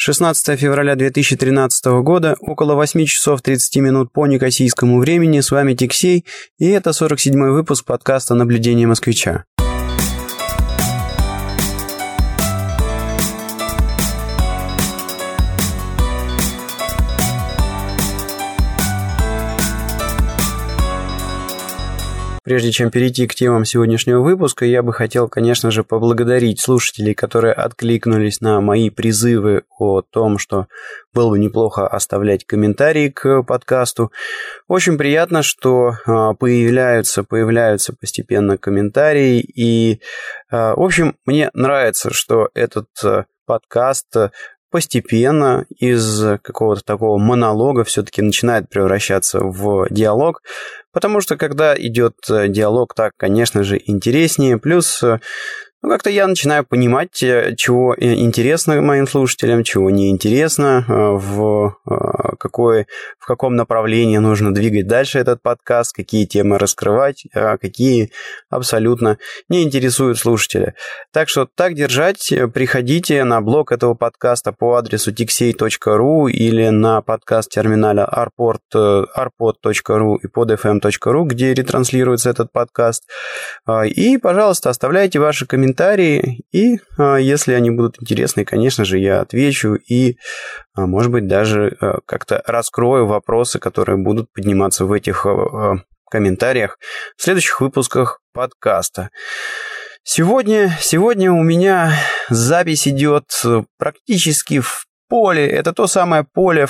16 февраля 2013 года, около 8 часов 30 минут по некосийскому времени. С вами Тиксей, и это 47-й выпуск подкаста «Наблюдение москвича». Прежде чем перейти к темам сегодняшнего выпуска, я бы хотел, конечно же, поблагодарить слушателей, которые откликнулись на мои призывы о том, что было бы неплохо оставлять комментарии к подкасту. Очень приятно, что появляются постепенно комментарии. И, в общем, мне нравится, что этот подкаст постепенно из какого-то такого монолога все-таки начинает превращаться в диалог, потому что когда идет диалог, так, конечно же, интереснее, плюс как-то я начинаю понимать, чего интересно моим слушателям, чего не интересно, в каком направлении нужно двигать дальше этот подкаст, какие темы раскрывать, а какие абсолютно не интересуют слушателя. Так что так держать, приходите на блог этого подкаста по адресу tixey.ru или на подкаст-терминале arpod.ru и podfm.ru, где ретранслируется этот подкаст. И, пожалуйста, оставляйте ваши комментарии, и если они будут интересны, конечно же, я отвечу и, может быть, даже как-то раскрою вопросы, которые будут подниматься в этих комментариях в следующих выпусках подкаста. Сегодня у меня запись идет практически в поле. Это то самое поле,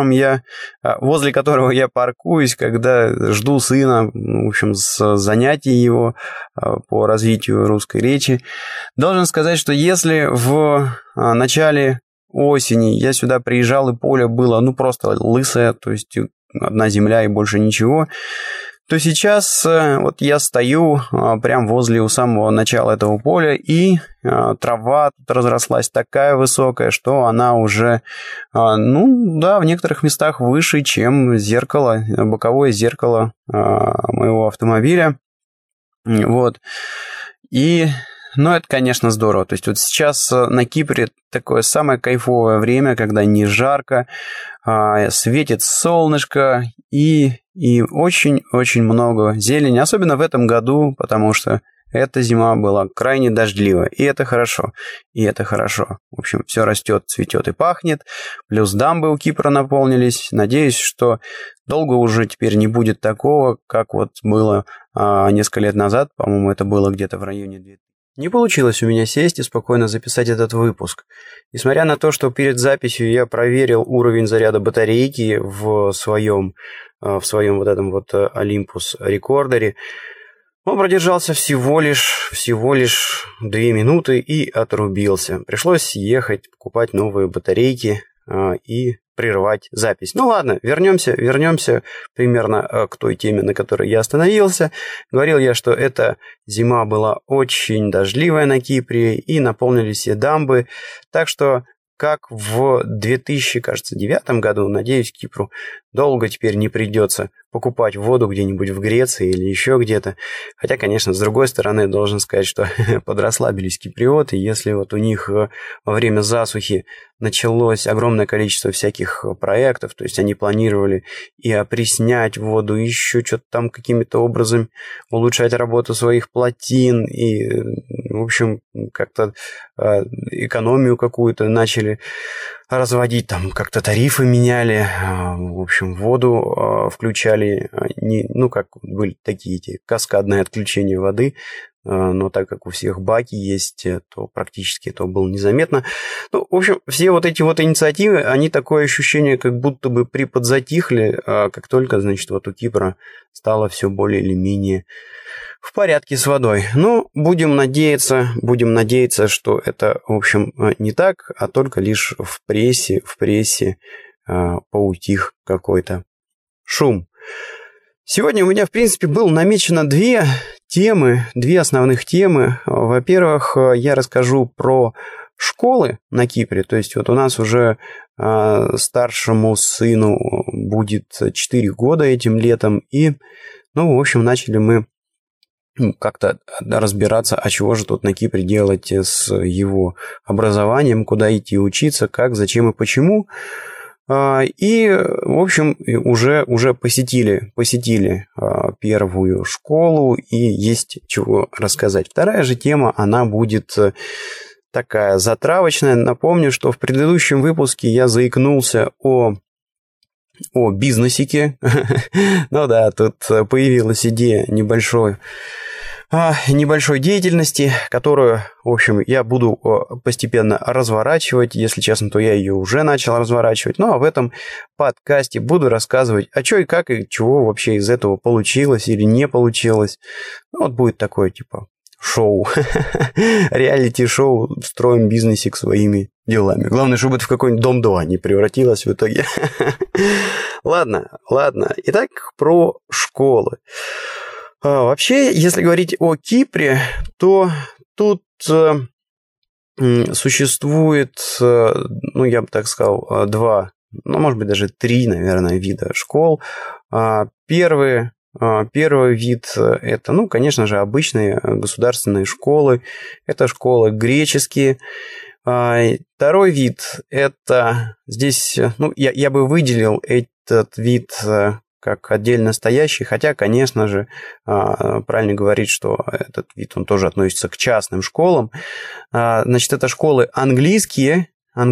возле которого я паркуюсь, когда жду сына, в общем, с занятий его по развитию русской речи. Должен сказать, что если в начале осени я сюда приезжал, и поле было, просто лысое, то есть одна земля и больше ничего, то сейчас вот я стою прямо возле у самого начала этого поля, и трава тут разрослась такая высокая, что она уже, в некоторых местах выше, чем боковое зеркало моего автомобиля. Вот. Это, конечно, здорово. То есть вот сейчас на Кипре такое самое кайфовое время, когда не жарко, светит солнышко и очень-очень много зелени, особенно в этом году, потому что эта зима была крайне дождливая, и это хорошо, В общем, все растет, цветет и пахнет, плюс дамбы у Кипра наполнились. Надеюсь, что долго уже теперь не будет такого, как вот было несколько лет назад, по-моему, это было где-то в районе 2000. Не получилось у меня сесть и спокойно записать этот выпуск. Несмотря на то, что перед записью я проверил уровень заряда батарейки в своем вот этом вот Olympus рекордере, он продержался всего лишь 2 минуты и отрубился. Пришлось ехать, покупать новые батарейки и прервать запись. Ладно, вернемся примерно к той теме, на которой я остановился. Говорил я, что эта зима была очень дождливая на Кипре, и наполнились все дамбы. Так что, как в 2009 году, надеюсь, Кипру долго теперь не придется покупать воду где-нибудь в Греции или еще где-то. Хотя, конечно, с другой стороны, должен сказать, что подрасслабились киприоты. Если вот у них во время засухи началось огромное количество всяких проектов, то есть они планировали и опреснять воду, и еще что-то там каким-то образом улучшать работу своих плотин, и, в общем, как-то экономию какую-то начали разводить, там как-то тарифы меняли, в общем, воду включали, были такие эти каскадные отключения воды, но так как у всех баки есть, то практически это было незаметно. В общем, все вот эти вот инициативы, они такое ощущение, как будто бы приподзатихли, как только, значит, вот у Кипра стало все более или менее в порядке с водой. Будем надеяться, что это, в общем, не так, а только лишь в прессе поутих какой-то шум. Сегодня у меня, в принципе, было намечено две основных темы. Во-первых, я расскажу про школы на Кипре. То есть вот у нас уже старшему сыну будет 4 года этим летом. И, в общем, начали мы как-то разбираться, а чего же тут на Кипре делать с его образованием, куда идти учиться, как, зачем и почему. И, в общем, уже посетили первую школу, и есть чего рассказать. Вторая же тема, она будет такая затравочная. Напомню, что в предыдущем выпуске я заикнулся о бизнесике. Ну да, тут появилась идея небольшой деятельности, которую, в общем, я буду постепенно разворачивать. Если честно, то я ее уже начал разворачивать. Ну, а в этом подкасте буду рассказывать, а что и как, и чего вообще из этого получилось или не получилось. Ну, вот будет такое, типа, шоу. Реалити-шоу «Строим бизнесик своими делами». Главное, чтобы это в какой-нибудь Дом-2 не превратилось в итоге. Ладно. Итак, про школы. Вообще, если говорить о Кипре, то тут существует, ну, я бы так сказал, 2, ну, может быть, даже 3, наверное, вида школ. Первый вид – это, ну, конечно же, обычные государственные школы. Это школы греческие. Второй вид – это здесь, ну, я бы выделил этот вид как отдельно стоящий, хотя, конечно же, правильно говорить, что этот вид, он тоже относится к частным школам. Значит, это школы английские.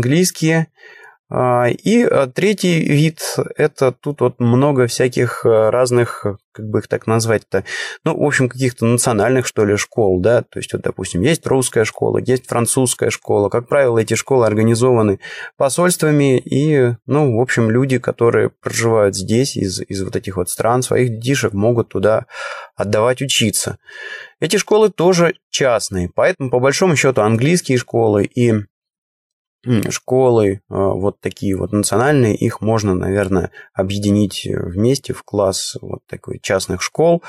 И третий вид – это тут вот много всяких разных, как бы их так назвать-то, ну, в общем, каких-то национальных, что ли, школ, да, то есть, вот, допустим, есть русская школа, есть французская школа, как правило, эти школы организованы посольствами, и, ну, в общем, люди, которые проживают здесь, из вот этих вот стран, своих детишек могут туда отдавать учиться. Эти школы тоже частные, поэтому, по большому счету, английские школы и школы, вот такие вот национальные, их можно, наверное, объединить вместе в класс вот такой частных школ.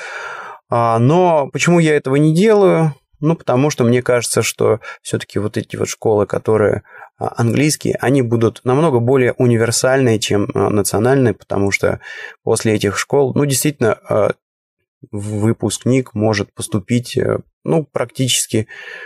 Но почему я этого не делаю? Ну, потому что мне кажется, что все-таки вот эти вот школы, которые английские, они будут намного более универсальные, чем национальные, потому что после этих школ, ну, действительно, выпускник может поступить, ну, практически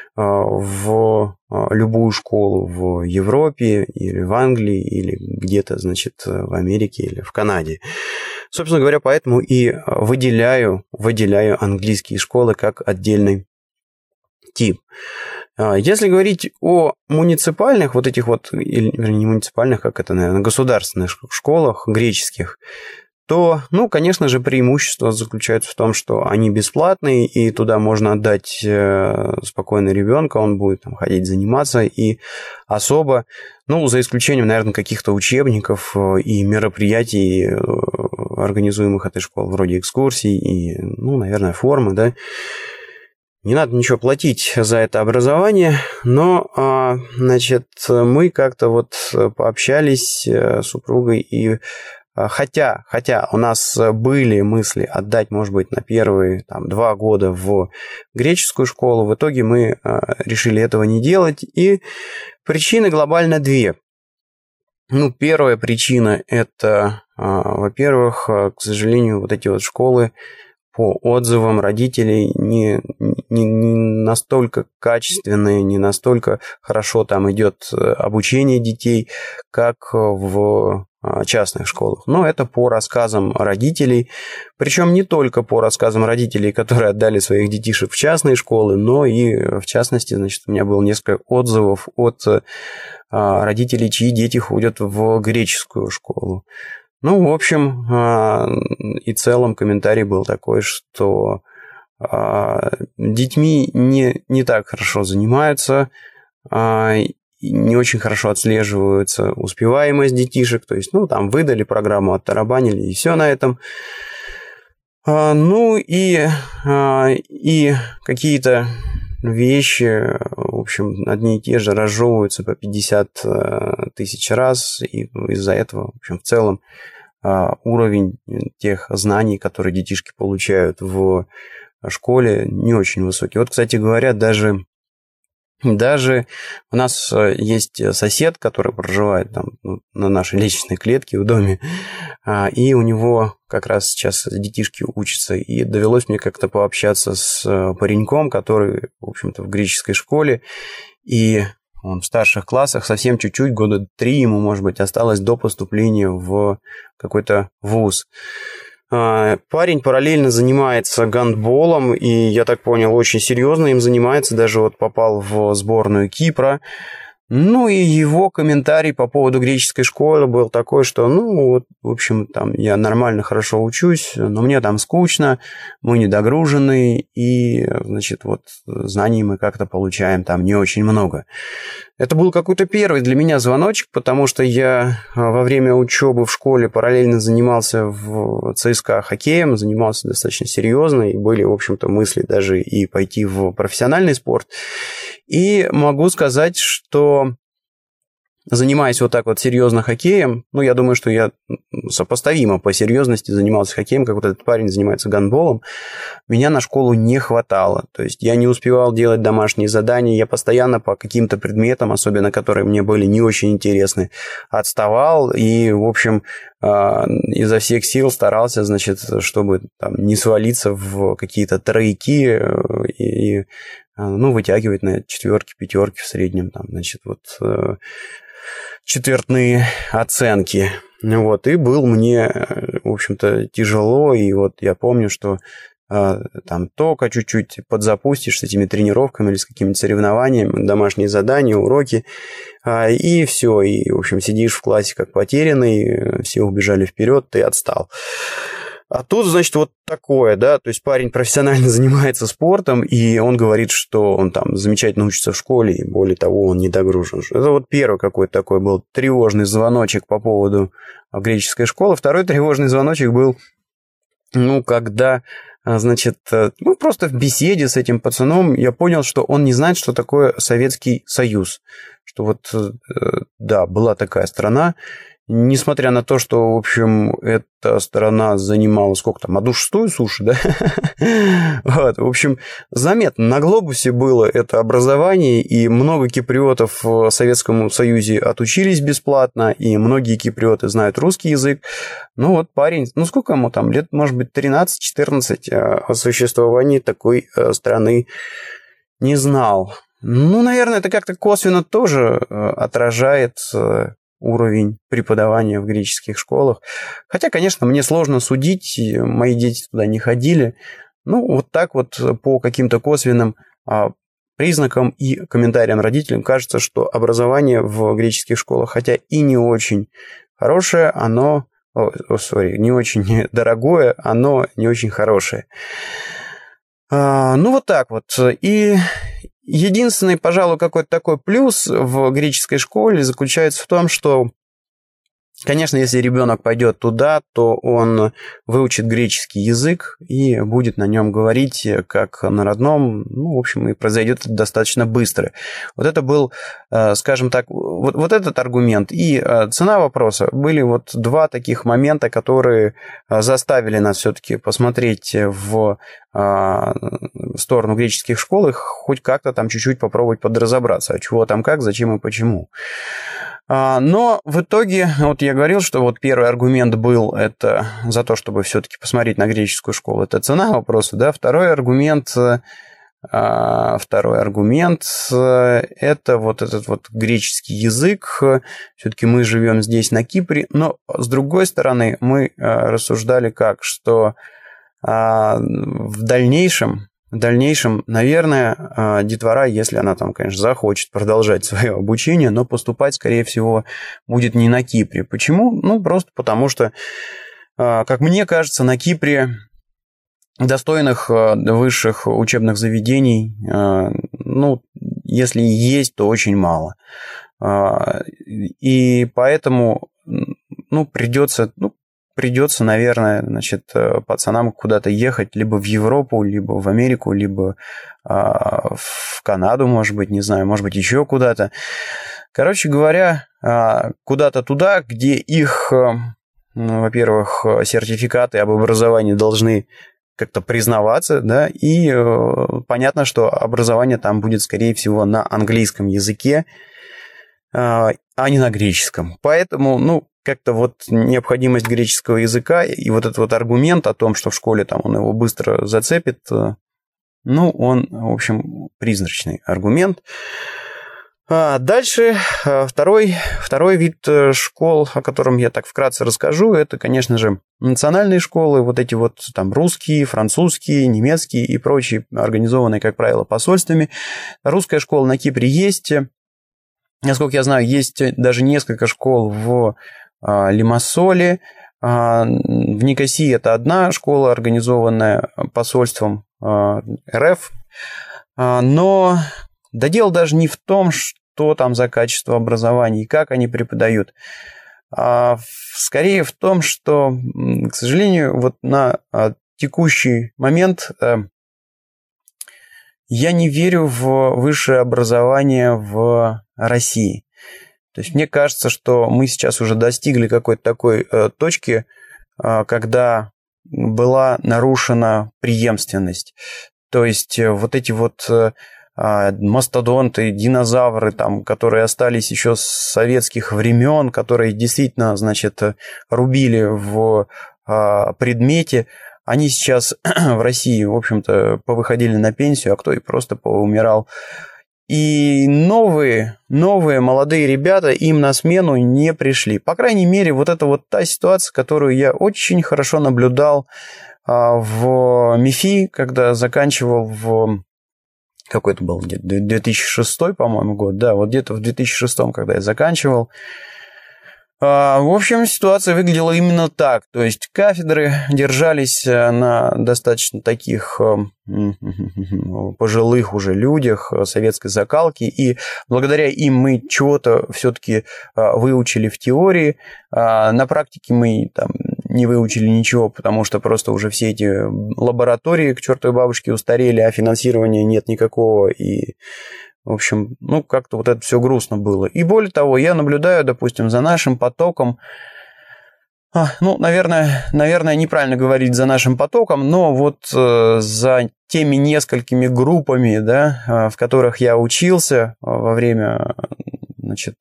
в любую школу в Европе или в Англии или где-то, значит, в Америке или в Канаде. Собственно говоря, поэтому и выделяю английские школы как отдельный тип. Если говорить о муниципальных, вот этих вот, или не муниципальных, как это, наверное, государственных школах греческих, то, ну, конечно же, преимущество заключается в том, что они бесплатные, и туда можно отдать спокойно ребенка, он будет там ходить заниматься, и особо, ну, за исключением, наверное, каких-то учебников и мероприятий, организуемых этой школой, вроде экскурсий и, ну, наверное, формы, да, не надо ничего платить за это образование, но, значит, мы как-то вот пообщались с супругой, и хотя у нас были мысли отдать, может быть, на первые 2 года в греческую школу, в итоге мы решили этого не делать, и причины глобально 2. Ну, первая причина – это, во-первых, к сожалению, вот эти вот школы по отзывам родителей не настолько качественные, не настолько хорошо там идет обучение детей, как в частных школах. Но это по рассказам родителей, причем не только по рассказам родителей, которые отдали своих детишек в частные школы, но и, в частности, значит, у меня было несколько отзывов от родителей, чьи дети ходят в греческую школу. Ну, в общем, и целом комментарий был такой, что детьми не так хорошо занимаются, не очень хорошо отслеживается успеваемость детишек, то есть, ну, там выдали программу, оттарабанили, и все на этом. Ну, и какие-то вещи, в общем, одни и те же разжевываются по 50 тысяч раз, и из-за этого, в общем, в целом уровень тех знаний, которые детишки получают в школе, не очень высокий. Вот, кстати говоря, даже Даже у нас есть сосед, который проживает там на нашей лестничной клетке в доме, и у него как раз сейчас детишки учатся, и довелось мне как-то пообщаться с пареньком, который, в общем-то, в греческой школе, и он в старших классах, совсем чуть-чуть, года 3 ему, может быть, осталось до поступления в какой-то вуз. Парень параллельно занимается гандболом, и, я так понял, очень серьезно им занимается, даже вот попал в сборную Кипра. Ну, и его комментарий по поводу греческой школы был такой, что, ну, вот, в общем, там я нормально, хорошо учусь, но мне там скучно, мы недогружены, и, значит, вот знаний мы как-то получаем там не очень много. Это был какой-то первый для меня звоночек, потому что я во время учебы в школе параллельно занимался в ЦСКА хоккеем, занимался достаточно серьезно, и были, в общем-то, мысли даже и пойти в профессиональный спорт. И могу сказать, что занимаясь вот так вот серьезно хоккеем, ну, я думаю, что я сопоставимо по серьезности занимался хоккеем, как вот этот парень занимается гандболом, меня на школу не хватало. То есть я не успевал делать домашние задания, я постоянно по каким-то предметам, особенно которые мне были не очень интересны, отставал и, в общем, изо всех сил старался, значит, чтобы там не свалиться в какие-то тройки и ну, вытягивать на 4, 5 в среднем, там, значит, вот четвертные оценки. Вот, и был мне, в общем-то, тяжело, и вот я помню, что там только чуть-чуть подзапустишь с этими тренировками или с какими-то соревнованиями, домашние задания, уроки, и все, и, в общем, сидишь в классе как потерянный, все убежали вперед, ты отстал. А тут, значит, вот такое, да, то есть парень профессионально занимается спортом, и он говорит, что он там замечательно учится в школе, и более того, он недогружен. Это вот первый какой-то такой был тревожный звоночек по поводу греческой школы. Второй тревожный звоночек был, ну, когда, значит, ну, просто в беседе с этим пацаном я понял, что он не знает, что такое Советский Союз. Что вот, да, была такая страна. Несмотря на то, что, в общем, эта страна занимала сколько там, 1/6 суши, да? Вот, в общем, заметно, на глобусе было это образование, и много киприотов в Советском Союзе отучились бесплатно, и многие киприоты знают русский язык. Ну вот парень, ну сколько ему там, лет, может быть, 13-14, о существовании такой страны не знал. Ну, наверное, это как-то косвенно тоже отражает уровень преподавания в греческих школах. Хотя, конечно, мне сложно судить, мои дети туда не ходили. Ну, вот так вот по каким-то косвенным признакам и комментариям родителям кажется, что образование в греческих школах, хотя и не очень хорошее, оно... не очень дорогое, оно не очень хорошее. Ну, вот так вот. И единственный, пожалуй, какой-то такой плюс в греческой школе заключается в том, что, конечно, если ребенок пойдет туда, то он выучит греческий язык и будет на нем говорить как на родном. Ну, в общем, и произойдет это достаточно быстро. Вот это был, скажем так, вот этот аргумент и цена вопроса были вот два таких момента, которые заставили нас все-таки посмотреть в сторону греческих школ и хоть как-то там чуть-чуть попробовать подразобраться, а чего там как, зачем и почему. Но в итоге, вот я говорил, что вот первый аргумент был это за то, чтобы все-таки посмотреть на греческую школу, это цена вопроса, да. Второй аргумент это вот этот вот греческий язык. Все-таки мы живем здесь, на Кипре, но с другой стороны мы рассуждали как, что в дальнейшем, наверное, детвора, если она там, конечно, захочет продолжать свое обучение, но поступать, скорее всего, будет не на Кипре. Почему? Ну, просто потому что, как мне кажется, на Кипре достойных высших учебных заведений, ну, если есть, то очень мало. И поэтому, ну, придется, наверное, значит, пацанам куда-то ехать либо в Европу, либо в Америку, либо в Канаду, может быть, не знаю, может быть, еще куда-то. Короче говоря, куда-то туда, где их, во-первых, сертификаты об образовании должны как-то признаваться, да, и понятно, что образование там будет, скорее всего, на английском языке, а не на греческом. Поэтому, ну, как-то вот необходимость греческого языка и вот этот вот аргумент о том, что в школе там он его быстро зацепит, ну, он, в общем, призрачный аргумент. Дальше второй вид школ, о котором я так вкратце расскажу, это, конечно же, национальные школы, вот эти вот там русские, французские, немецкие и прочие, организованные, как правило, посольствами. Русская школа на Кипре есть. Насколько я знаю, есть даже несколько школ в Лимассоле. В Никосии это одна школа, организованная посольством РФ. Но да дело даже не в том, что там за качество образования и как они преподают, а скорее в том, что, к сожалению, вот на текущий момент я не верю в высшее образование в России. То есть мне кажется, что мы сейчас уже достигли какой-то такой точки, когда была нарушена преемственность. То есть вот эти вот мастодонты, динозавры, там, которые остались еще с советских времен, которые действительно, значит, рубили в предмете, они сейчас в России, в общем-то, повыходили на пенсию, а кто и просто поумирал. И новые молодые ребята им на смену не пришли. По крайней мере, вот это вот та ситуация, которую я очень хорошо наблюдал в МИФИ, когда заканчивал в... Какой это был? 2006, по-моему, год. Да, вот где-то в 2006, когда я заканчивал. В общем, ситуация выглядела именно так. То есть кафедры держались на достаточно таких пожилых уже людях советской закалки, и благодаря им мы чего-то все-таки выучили в теории. На практике мы там не выучили ничего, потому что просто уже все эти лаборатории к чертовой бабушке устарели, а финансирования нет никакого, и... В общем, ну, как-то вот это все грустно было. И более того, я наблюдаю, допустим, за нашим потоком, ну, наверное, неправильно говорить за нашим потоком, но вот за теми несколькими группами, да, в которых я учился во время, значит,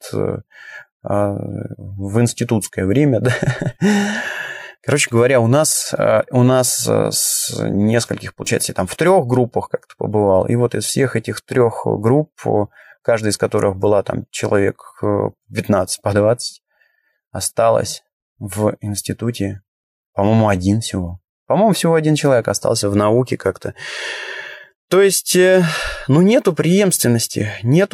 в институтское время, да. Короче говоря, у нас с нескольких, получается, я там в 3 группах как-то побывал, и вот из всех этих 3 групп, каждая из которых была там человек 15 по 20, осталось в институте, по-моему, один всего. По-моему, всего один человек остался в науке как-то. То есть, ну, нету преемственности.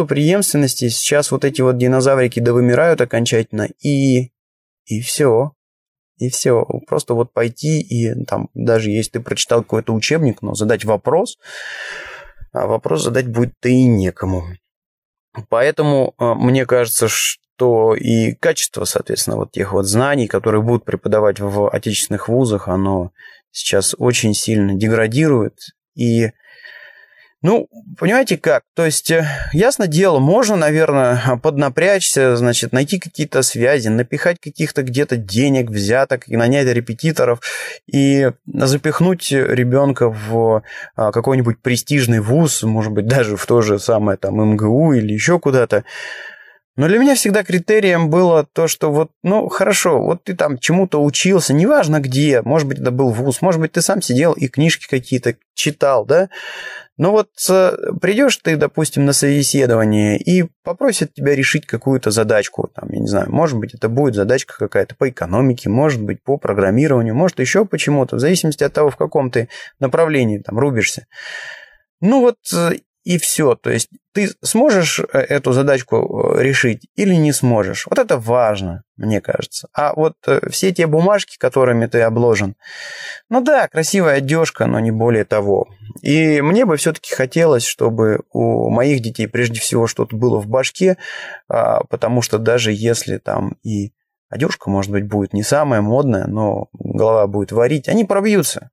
Сейчас вот эти вот динозаврики довымирают окончательно, и все. И все. Просто вот пойти и там, даже если ты прочитал какой-то учебник, но задать вопрос, а вопрос задать будет-то и некому. Поэтому мне кажется, что и качество, соответственно, вот тех вот знаний, которые будут преподавать в отечественных вузах, оно сейчас очень сильно деградирует. И, ну, понимаете как? То есть, ясно дело, можно, наверное, поднапрячься, значит, найти какие-то связи, напихать каких-то где-то денег, взяток, и нанять репетиторов, и запихнуть ребенка в какой-нибудь престижный вуз, может быть, даже в то же самое там МГУ или еще куда-то. Но для меня всегда критерием было то, что вот, ну, хорошо, вот ты там чему-то учился, неважно где, может быть, это был вуз, может быть, ты сам сидел и книжки какие-то читал, да, но вот придешь ты, допустим, на собеседование и попросят тебя решить какую-то задачку, там, я не знаю, может быть, это будет задачка какая-то по экономике, может быть, по программированию, может, еще почему-то, в зависимости от того, в каком ты направлении там рубишься. Ну вот... И все. То есть ты сможешь эту задачку решить или не сможешь. Вот это важно, мне кажется. А вот все те бумажки, которыми ты обложен, ну да, красивая одежка, но не более того. И мне бы все-таки хотелось, чтобы у моих детей прежде всего что-то было в башке, потому что даже если там и одежка, может быть, будет не самая модная, но голова будет варить, они пробьются.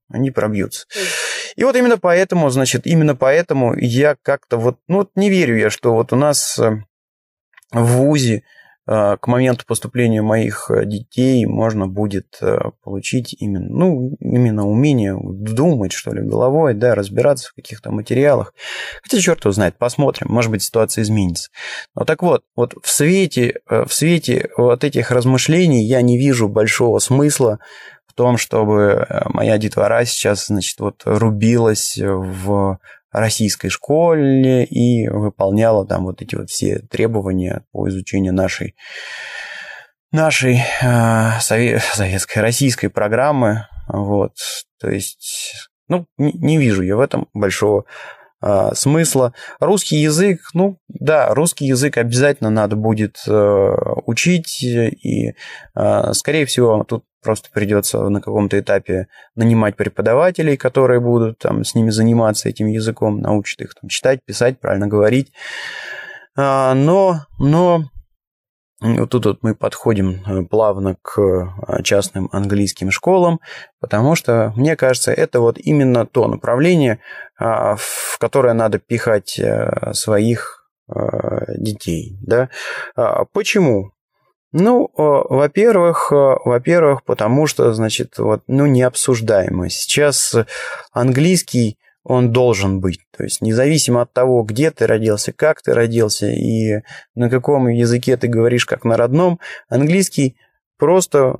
И вот именно поэтому я как-то вот, ну вот не верю я, что вот у нас в ВУЗе к моменту поступления моих детей можно будет получить именно умение думать, что ли, головой, да, разбираться в каких-то материалах. Хотя, черт его знает, посмотрим, может быть, ситуация изменится. Но так вот в свете вот этих размышлений я не вижу большого смысла в том, чтобы моя детвора сейчас, значит, вот рубилась в российской школе и выполняла там вот эти вот все требования по изучению нашей советской, российской программы. Вот. То есть, не вижу я в этом большого смысла. Русский язык, русский язык обязательно надо будет учить, и, скорее всего, тут просто придется на каком-то этапе нанимать преподавателей, которые будут там с ними заниматься этим языком, научат их там читать, писать, правильно говорить. Но вот тут вот мы подходим плавно к частным английским школам, потому что, мне кажется, это вот именно то направление, в которое надо пихать своих детей. Да? Почему? Во-первых, потому что, значит, необсуждаемо. Сейчас английский, он должен быть. То есть, независимо от того, где ты родился, как ты родился и на каком языке ты говоришь, как на родном, английский просто,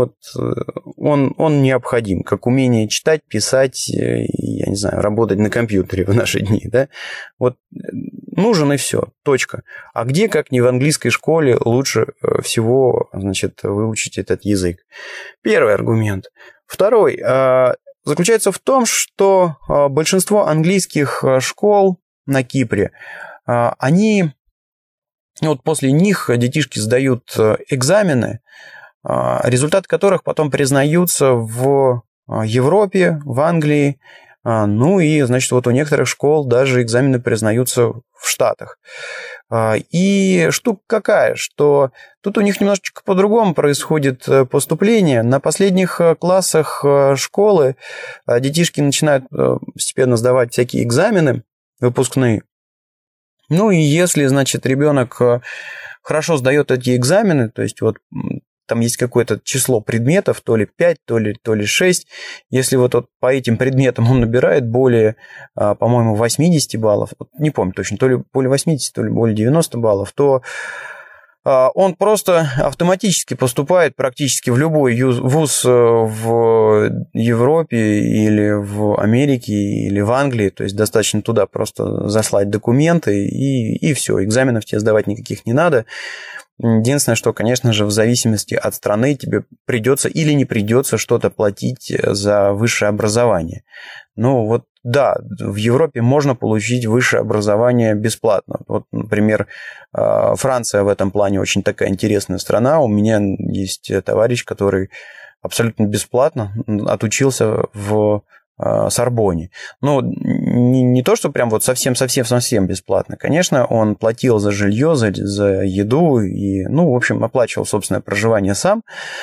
он необходим, как умение читать, писать, я не знаю, работать на компьютере в наши дни, да. Вот нужен и все, точка. А где, как не в английской школе, лучше всего, значит, выучить этот язык? Первый аргумент. Второй заключается в том, что большинство английских школ на Кипре, они, после них детишки сдают экзамены, результаты которых потом признаются в Европе, в Англии, и, значит, вот у некоторых школ даже экзамены признаются в Штатах. И штука какая, что тут у них немножечко по-другому происходит поступление. На последних классах школы детишки начинают постепенно сдавать всякие экзамены выпускные. И если, значит, ребенок хорошо сдает эти экзамены, то есть вот там есть какое-то число предметов, то ли 5, то ли 6. Если вот по этим предметам он набирает более, по-моему, 80 баллов, не помню точно, то ли более 80, то ли более 90 баллов, то он просто автоматически поступает практически в любой вуз в Европе или в Америке или в Англии. То есть достаточно туда просто заслать документы и все, экзаменов тебе сдавать никаких не надо. Единственное, что, конечно же, в зависимости от страны тебе придется или не придется что-то платить за высшее образование. Да, в Европе можно получить высшее образование бесплатно. Вот, например, Франция в этом плане очень такая интересная страна. У меня есть товарищ, который абсолютно бесплатно отучился в Сорбонне. Не то, что прям вот совсем бесплатно. Конечно, он платил за жилье, за еду и, в общем, оплачивал собственное проживание сам.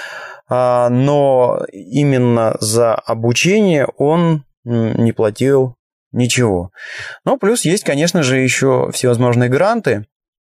Но именно за обучение он не платил ничего. Плюс есть, конечно же, еще всевозможные гранты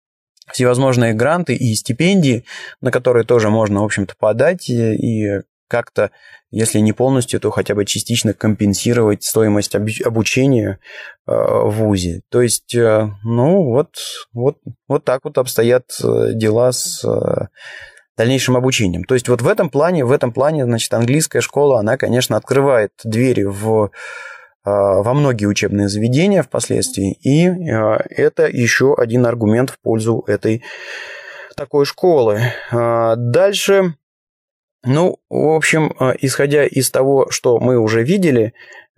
и стипендии, на которые тоже можно, в общем-то, подать и как-то, если не полностью, то хотя бы частично компенсировать стоимость обучения в вузе. То есть, вот так вот обстоят дела с дальнейшим обучением. То есть, вот в этом плане, значит, английская школа, она, конечно, открывает двери во многие учебные заведения впоследствии, и это еще один аргумент в пользу этой такой школы. Дальше... в общем, исходя из того, что мы уже видели,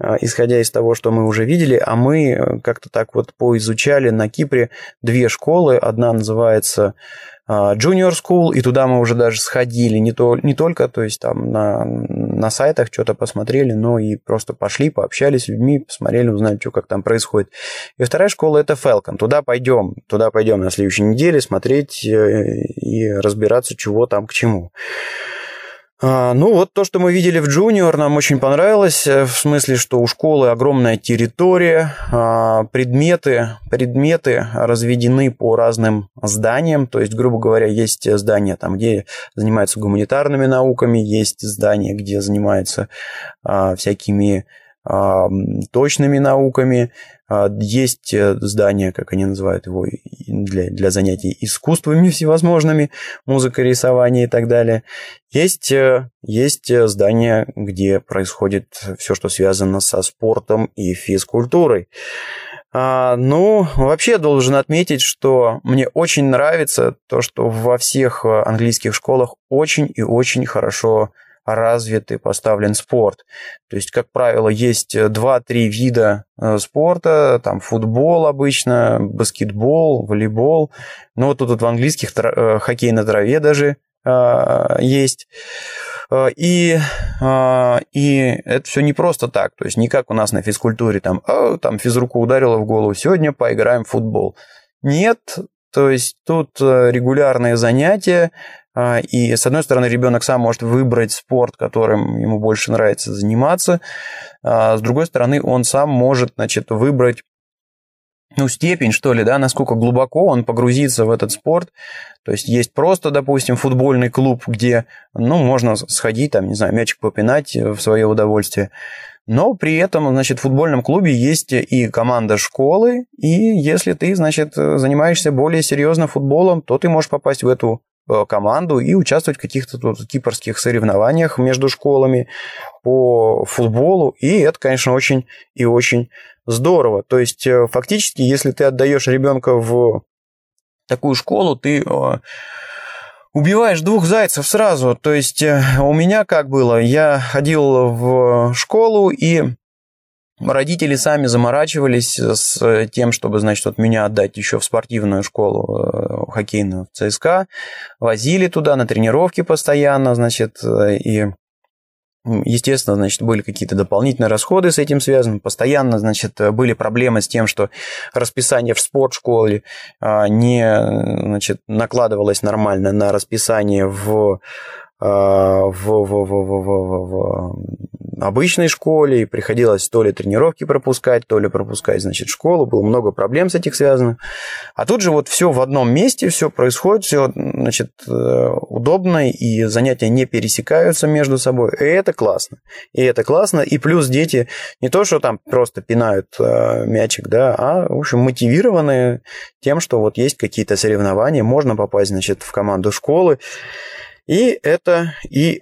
а мы как-то так вот поизучали на Кипре две школы. Одна называется Junior School, и туда мы уже даже сходили, не только, то есть там на сайтах что-то посмотрели, но и просто пошли, пообщались с людьми, посмотрели, узнали, что как там происходит. И вторая школа – это Falcon. Туда пойдем на следующей неделе смотреть и разбираться, чего там к чему. Ну, вот то, что мы видели в Junior, нам очень понравилось, в смысле, что у школы огромная территория, предметы разведены по разным зданиям, то есть, грубо говоря, есть здания, там, где занимаются гуманитарными науками, есть здания, где занимаются всякими точными науками, есть здания, как они называют его, для занятий искусствами всевозможными, музыка, рисование и так далее. Есть здания, где происходит все, что связано со спортом и физкультурой. Ну, вообще должен отметить, что мне очень нравится то, что во всех английских школах очень и очень хорошо развит и поставлен спорт. То есть, как правило, есть 2-3 вида спорта, там футбол обычно, баскетбол, волейбол. Но вот тут в английских хоккей на траве даже есть. И это все не просто так. То есть, не как у нас на физкультуре, там физруку ударило в голову, сегодня поиграем в футбол. Нет, то есть, тут регулярные занятия. И, с одной стороны, ребенок сам может выбрать спорт, которым ему больше нравится заниматься. С другой стороны, он сам может, выбрать степень, что ли, да, насколько глубоко он погрузится в этот спорт. То есть, есть просто, допустим, футбольный клуб, где, можно сходить, там, не знаю, мячик попинать в свое удовольствие. Но при этом, в футбольном клубе есть и команда школы, и если ты, занимаешься более серьезно футболом, то ты можешь попасть в эту команду и участвовать в каких-то тут кипрских соревнованиях между школами по футболу. И это, конечно, очень и очень здорово. То есть, фактически, если ты отдаешь ребенка в такую школу, ты убиваешь 2 зайцев сразу. То есть, у меня как было? Я ходил в школу, и родители сами заморачивались с тем, чтобы, меня отдать еще в спортивную школу хоккейную в ЦСКА. Возили туда на тренировки постоянно, и, естественно, были какие-то дополнительные расходы с этим связаны. Постоянно, были проблемы с тем, что расписание в спортшколе не, накладывалось нормально на расписание в обычной школе, и приходилось то ли тренировки пропускать, то ли пропускать, школу. Было много проблем с этим связано. А тут же все в одном месте, все происходит, все, удобно, и занятия не пересекаются между собой. И это классно. И плюс дети не то, что там просто пинают мячик, да, а, в общем, мотивированы тем, что есть какие-то соревнования, можно попасть, в команду школы. И это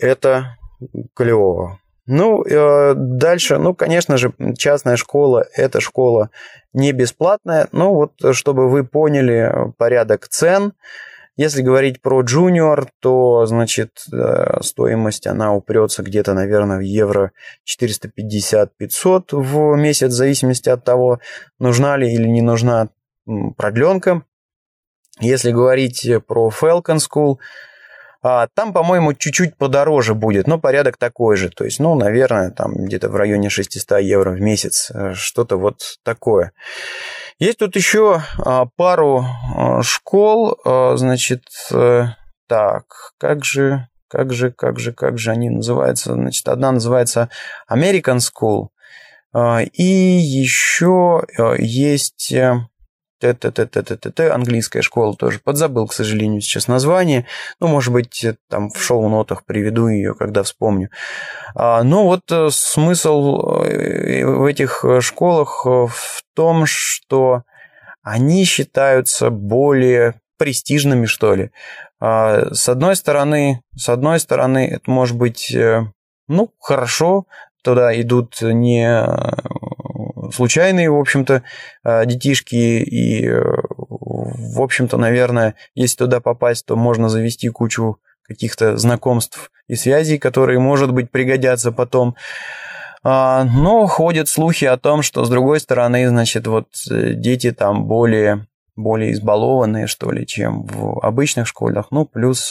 клево. Дальше, конечно же, частная школа – это школа не бесплатная. Чтобы вы поняли порядок цен, если говорить про Junior, то, стоимость, она упрется где-то, наверное, в евро 450-500 в месяц, в зависимости от того, нужна ли или не нужна продленка. Если говорить про Falcon School, там, по-моему, чуть-чуть подороже будет, но порядок такой же. То есть, наверное, там где-то в районе 600 евро в месяц, что-то вот такое. Есть тут еще пару школ, так, как же они называются? Одна называется American School, и еще есть английская школа тоже. Подзабыл, к сожалению, сейчас название. Может быть, там в шоу-нотах приведу ее, когда вспомню. Смысл в этих школах в том, что они считаются более престижными, что ли. С одной стороны, это может быть, хорошо. Туда идут не случайные, в общем-то, детишки, и, в общем-то, наверное, если туда попасть, то можно завести кучу каких-то знакомств и связей, которые, может быть, пригодятся потом. Но ходят слухи о том, что, с другой стороны, дети там более избалованные, что ли, чем в обычных школах. Плюс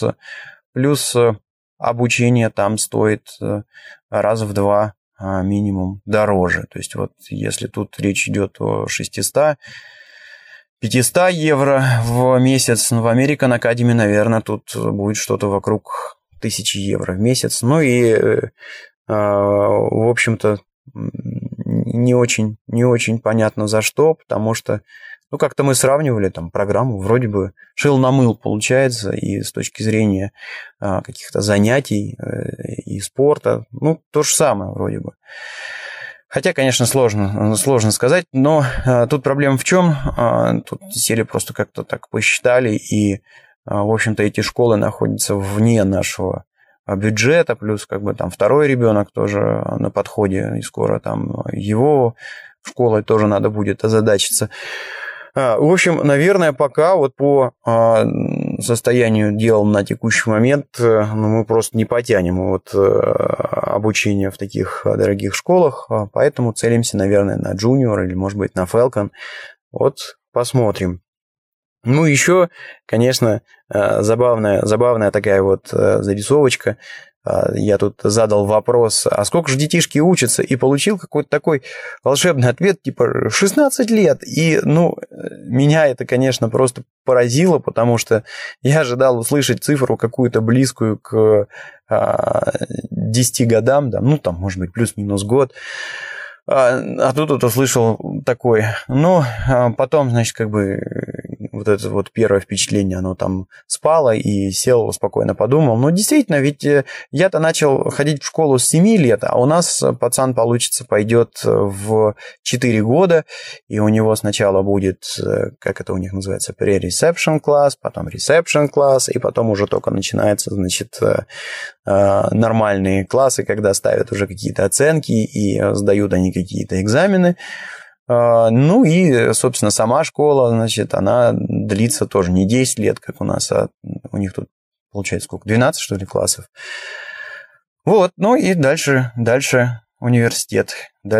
обучение там стоит раза в 2 минимум дороже. То есть, если тут речь идет о 600-500 евро в месяц, в American Academy, наверное, тут будет что-то вокруг тысячи евро в месяц. Ну и, в общем-то, не очень понятно за что, потому что, ну, как-то мы сравнивали там программу, вроде бы шил на мыл получается, и с точки зрения каких-то занятий и спорта, ну, то же самое вроде бы. Хотя, конечно, сложно сказать, но тут проблема в чем? Тут сели просто как-то так посчитали, и, в общем-то, эти школы находятся вне нашего бюджета, плюс как бы там второй ребенок тоже на подходе, и скоро там его школой тоже надо будет озадачиться. В общем, наверное, пока вот по состоянию дел на текущий момент мы просто не потянем вот обучение в таких дорогих школах, поэтому целимся, наверное, на Junior или, может быть, на Falcon. Вот посмотрим. Ну, еще, конечно, забавная такая вот зарисовочка. Я тут задал вопрос, а сколько же детишки учатся, и получил какой-то такой волшебный ответ, типа 16 лет. И, ну, меня это, конечно, просто поразило, потому что я ожидал услышать цифру какую-то близкую к 10 годам, да, ну, там, может быть, плюс-минус год. А тут вот услышал такой, ну, потом, значит, как бы вот это вот первое впечатление, оно там спало, и сел, спокойно подумал. Ну, действительно, ведь я-то начал ходить в школу с 7 лет, а у нас пацан, получится, пойдет в 4 года, и у него сначала будет, как это у них называется, pre-reception класс, потом reception класс, и потом уже только начинается, значит, нормальные классы, когда ставят уже какие-то оценки и сдают они какие-то экзамены. Ну и, собственно, сама школа, значит, она длится тоже не 10 лет, как у нас, а у них тут, получается, сколько, 12, что ли, классов. Вот, ну и дальше университет.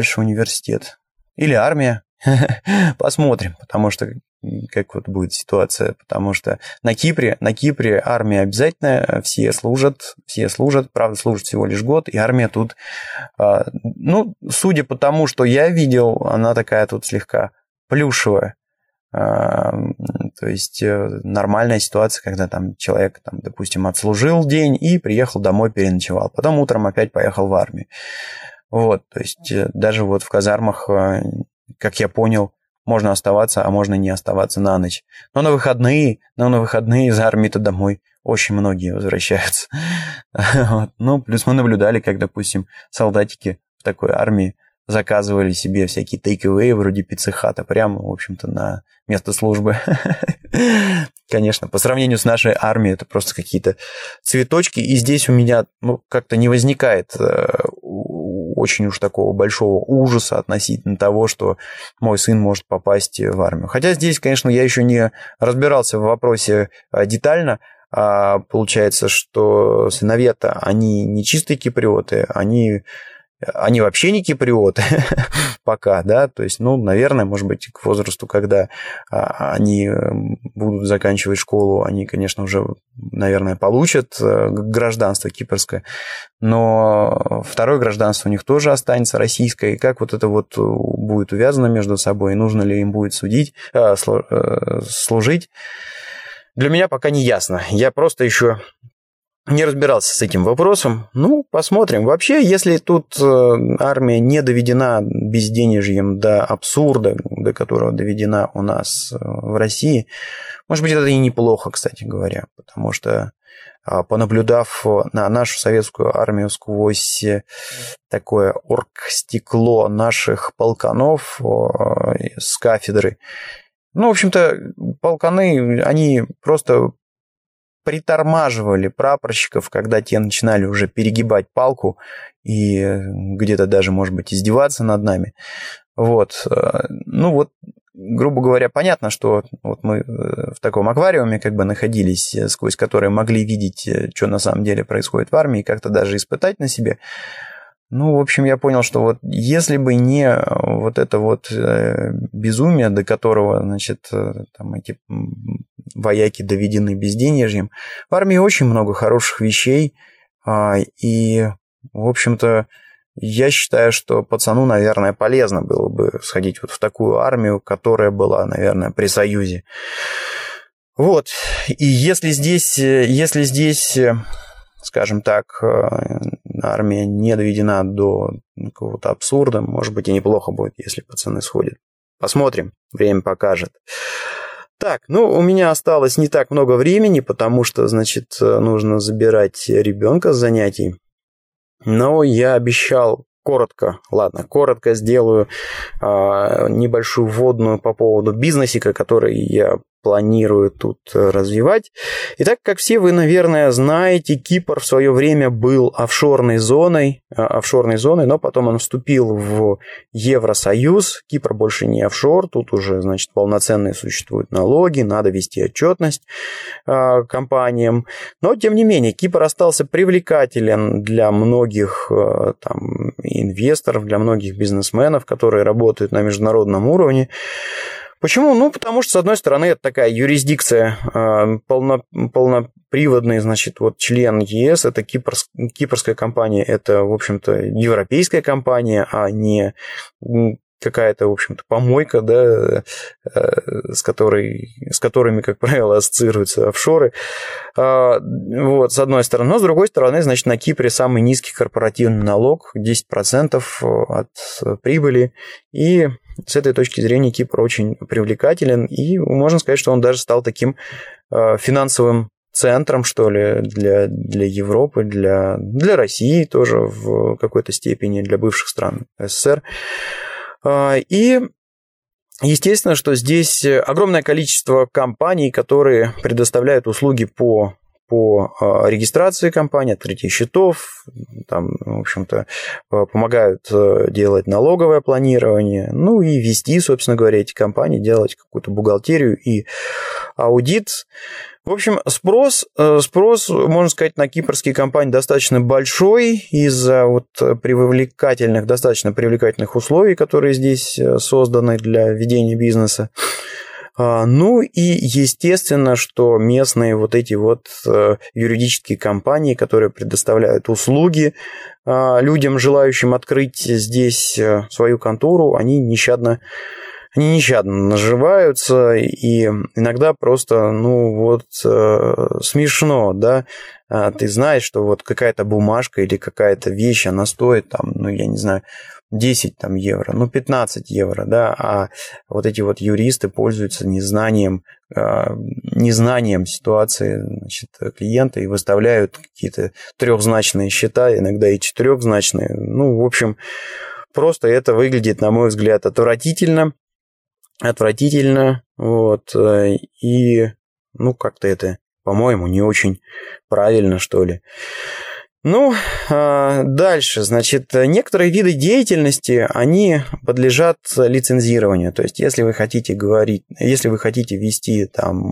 Или армия. Посмотрим, потому что как вот будет ситуация, потому что на Кипре армия обязательная, все служат, правда, служат всего лишь год, и армия тут, ну, судя по тому, что я видел, она такая тут слегка плюшевая, то есть нормальная ситуация, когда там человек, там, допустим, отслужил день и приехал домой, переночевал, потом утром опять поехал в армию. Вот, то есть даже вот в казармах, как я понял, можно оставаться, а можно не оставаться на ночь. Но на выходные из армии-то домой очень многие возвращаются. Вот. Ну, плюс мы наблюдали, как, допустим, солдатики в такой армии заказывали себе всякие тейк-эвэй вроде пиццы-хата прямо, в общем-то, на место службы. Конечно, по сравнению с нашей армией, это просто какие-то цветочки. И здесь у меня, ну, как-то не возникает очень уж такого большого ужаса относительно того, что мой сын может попасть в армию. Хотя здесь, конечно, я еще не разбирался в вопросе детально. Получается, что сыновья-то, они не чистые киприоты, они вообще не киприоты пока, да, то есть, ну, наверное, может быть, к возрасту, когда они будут заканчивать школу, они, конечно, уже, наверное, получат гражданство кипрское, но второе гражданство у них тоже останется российское, и как вот это вот будет увязано между собой, и нужно ли им будет служить, для меня пока не ясно. Я просто еще не разбирался с этим вопросом. Ну, посмотрим. Вообще, если тут армия не доведена безденежьем до абсурда, до которого доведена у нас в России, может быть, это и неплохо, кстати говоря, потому что, понаблюдав на нашу советскую армию сквозь такое оргстекло наших полканов с кафедры, ну, в общем-то, полканы, они просто притормаживали прапорщиков, когда те начинали уже перегибать палку и где-то даже, может быть, издеваться над нами. Вот. Ну вот, грубо говоря, понятно, что вот мы в таком аквариуме как бы находились, сквозь который могли видеть, что на самом деле происходит в армии, как-то даже испытать на себе. Ну, в общем, я понял, что вот если бы не вот это вот безумие, до которого, значит, там эти вояки доведены безденежьем, в армии очень много хороших вещей, и, в общем-то, я считаю, что пацану, наверное, полезно было бы сходить вот в такую армию, которая была, наверное, при Союзе. Вот, и если здесь скажем так, армия не доведена до какого-то абсурда. Может быть, и неплохо будет, если пацаны сходят. Посмотрим, время покажет. Так, у меня осталось не так много времени, потому что, значит, нужно забирать ребенка с занятий. Но я обещал коротко сделаю небольшую вводную по поводу бизнесика, который я планирую тут развивать. Итак, как все вы, наверное, знаете, Кипр в свое время был офшорной зоной, но потом он вступил в Евросоюз. Кипр больше не офшор, тут уже, значит, полноценные существуют налоги, надо вести отчетность компаниям. Но, тем не менее, Кипр остался привлекателен для многих там инвесторов, для многих бизнесменов, которые работают на международном уровне. Почему? Потому что, с одной стороны, это такая юрисдикция, полноприводный, значит, вот член ЕС, это кипрская компания, это, в общем-то, европейская компания, а не какая-то, в общем-то, помойка, да, с которыми, как правило, ассоциируются офшоры. Вот, с одной стороны. Но, с другой стороны, значит, на Кипре самый низкий корпоративный налог, 10% от прибыли. И с этой точки зрения Кипр очень привлекателен. И можно сказать, что он даже стал таким финансовым центром, что ли, для Европы, для России тоже в какой-то степени, для бывших стран СССР. И естественно, что здесь огромное количество компаний, которые предоставляют услуги по регистрации компании, открытию счетов, там, в общем-то, помогают делать налоговое планирование, и вести, собственно говоря, эти компании, делать какую-то бухгалтерию и аудит. В общем, спрос, можно сказать, на кипрские компании достаточно большой из-за достаточно привлекательных условий, которые здесь созданы для ведения бизнеса. И естественно, что местные эти юридические компании, которые предоставляют услуги людям, желающим открыть здесь свою контору, они нещадно наживаются, и иногда просто, смешно, да, ты знаешь, что какая-то бумажка или какая-то вещь, она стоит я не знаю, 10 евро, 15 евро, да, а эти юристы пользуются незнанием ситуации, значит, клиента и выставляют какие-то трехзначные счета, иногда и четырехзначные. В общем, просто это выглядит, на мой взгляд, отвратительно, и, как-то это, по-моему, не очень правильно, что ли. Дальше, значит, некоторые виды деятельности, они подлежат лицензированию. То есть, если вы хотите вести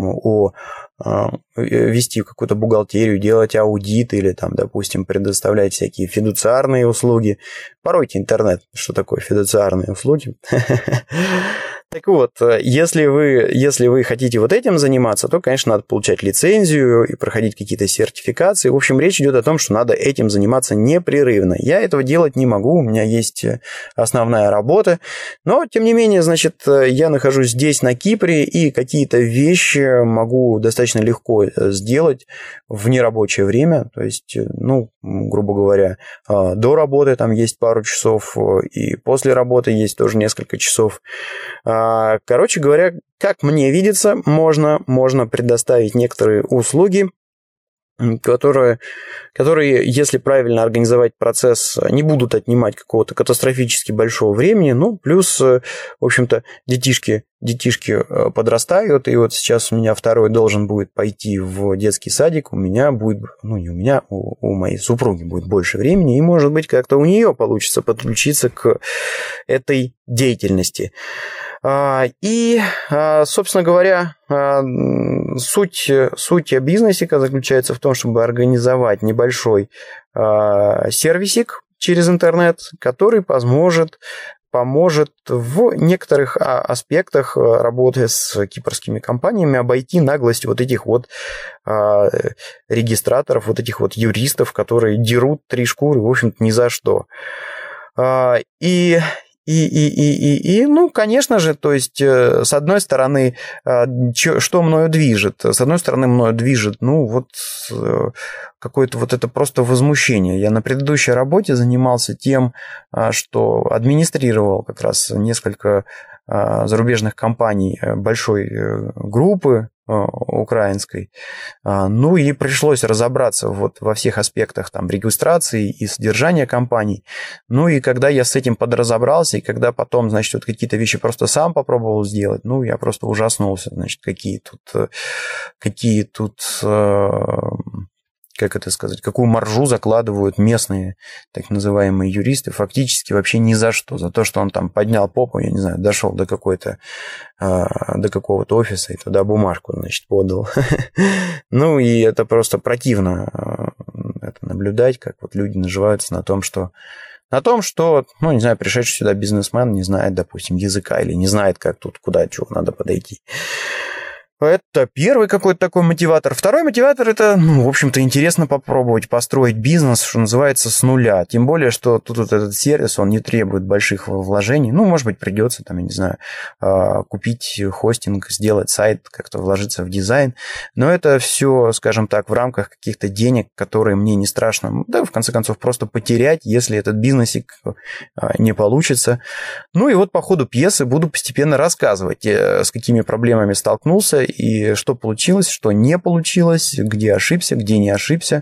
вести какую-то бухгалтерию, делать аудит или, допустим, предоставлять всякие фидуциарные услуги. Поройте интернет, что такое фидуциарные услуги. Так вот, если вы хотите этим заниматься, то, конечно, надо получать лицензию и проходить какие-то сертификации. В общем, речь идет о том, что надо этим заниматься непрерывно. Я этого делать не могу, у меня есть основная работа, но, тем не менее, значит, я нахожусь здесь, на Кипре, и какие-то вещи могу достаточно легко сделать в нерабочее время, то есть, грубо говоря, до работы там есть пару часов, и после работы есть тоже несколько часов. Короче говоря, как мне видится, можно предоставить некоторые услуги, которые, если правильно организовать процесс, не будут отнимать какого-то катастрофически большого времени, плюс, в общем-то, детишки подрастают, и сейчас у меня второй должен будет пойти в детский садик, у меня будет, у моей супруги будет больше времени, и, может быть, как-то у нее получится подключиться к этой деятельности. И, собственно говоря, суть бизнесика заключается в том, чтобы организовать небольшой сервисик через интернет, который поможет в некоторых аспектах работы с кипрскими компаниями обойти наглость этих регистраторов, этих юристов, которые дерут три шкуры, в общем-то, ни за что. И Ну, конечно же, то есть, с одной стороны, что мною движет? С одной стороны, мною движет, ну, вот какое-то вот это просто возмущение. Я на предыдущей работе занимался тем, что администрировал как раз несколько зарубежных компаний большой группы украинской. Ну и пришлось разобраться вот во всех аспектах там регистрации и содержания компаний. Ну и когда я с этим подразобрался, и когда потом, значит, вот какие-то вещи просто сам попробовал сделать, ну, я просто ужаснулся, значит, какие тут как это сказать, какую маржу закладывают местные так называемые юристы фактически вообще ни за что. За то, что он там поднял попу, я не знаю, дошел до какого-то офиса и туда бумажку, значит, подал. Ну, и это просто противно это наблюдать, как вот люди наживаются на том, что, ну, не знаю, пришедший сюда бизнесмен не знает, допустим, языка или не знает, как тут, куда, чего надо подойти. Это первый какой-то такой мотиватор. Второй мотиватор – это, ну, в общем-то, интересно попробовать построить бизнес, что называется, с нуля. Тем более, что тут вот этот сервис, он не требует больших вложений. Ну, может быть, придется, там, я не знаю, купить хостинг, сделать сайт, как-то вложиться в дизайн. Но это все, скажем так, в рамках каких-то денег, которые мне не страшно, да, в конце концов, просто потерять, если этот бизнесик не получится. Ну, и вот по ходу пьесы буду постепенно рассказывать, с какими проблемами столкнулся, и что получилось, что не получилось, где ошибся, где не ошибся.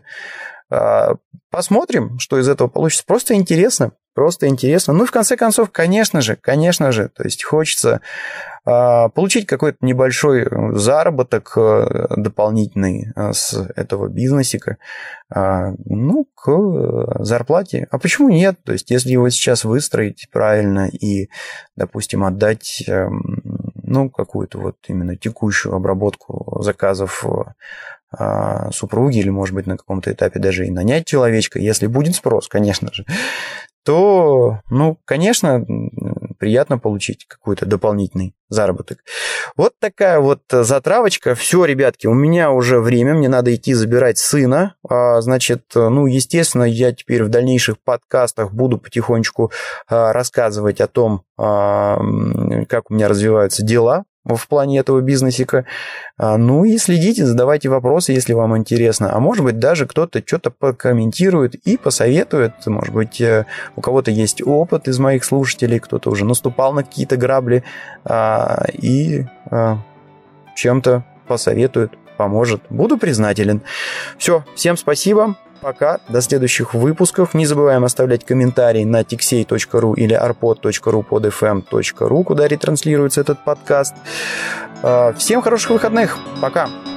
Посмотрим, что из этого получится. Просто интересно. Ну и в конце концов, конечно же, то есть хочется получить какой-то небольшой заработок дополнительный с этого бизнесика, ну, к зарплате. А почему нет? То есть если его сейчас выстроить правильно и, допустим, отдать, ну, какую-то вот именно текущую обработку заказов супруги или, может быть, на каком-то этапе даже и нанять человечка, если будет спрос, конечно же, то, ну, конечно, приятно получить какой-то дополнительный заработок. Вот такая вот затравочка. Все, ребятки, у меня уже время, мне надо идти забирать сына. Значит, ну, естественно, я теперь в дальнейших подкастах буду потихонечку рассказывать о том, как у меня развиваются дела в плане этого бизнесика. Ну и следите, задавайте вопросы, если вам интересно. А может быть, даже кто-то что-то покомментирует и посоветует. Может быть, у кого-то есть опыт из моих слушателей, кто-то уже наступал на какие-то грабли и чем-то посоветует, поможет. Буду признателен. Все, всем спасибо. Пока, до следующих выпусков. Не забываем оставлять комментарии на tixey.ru или arpod.ru podfm.ru, куда ретранслируется этот подкаст. Всем хороших выходных. Пока.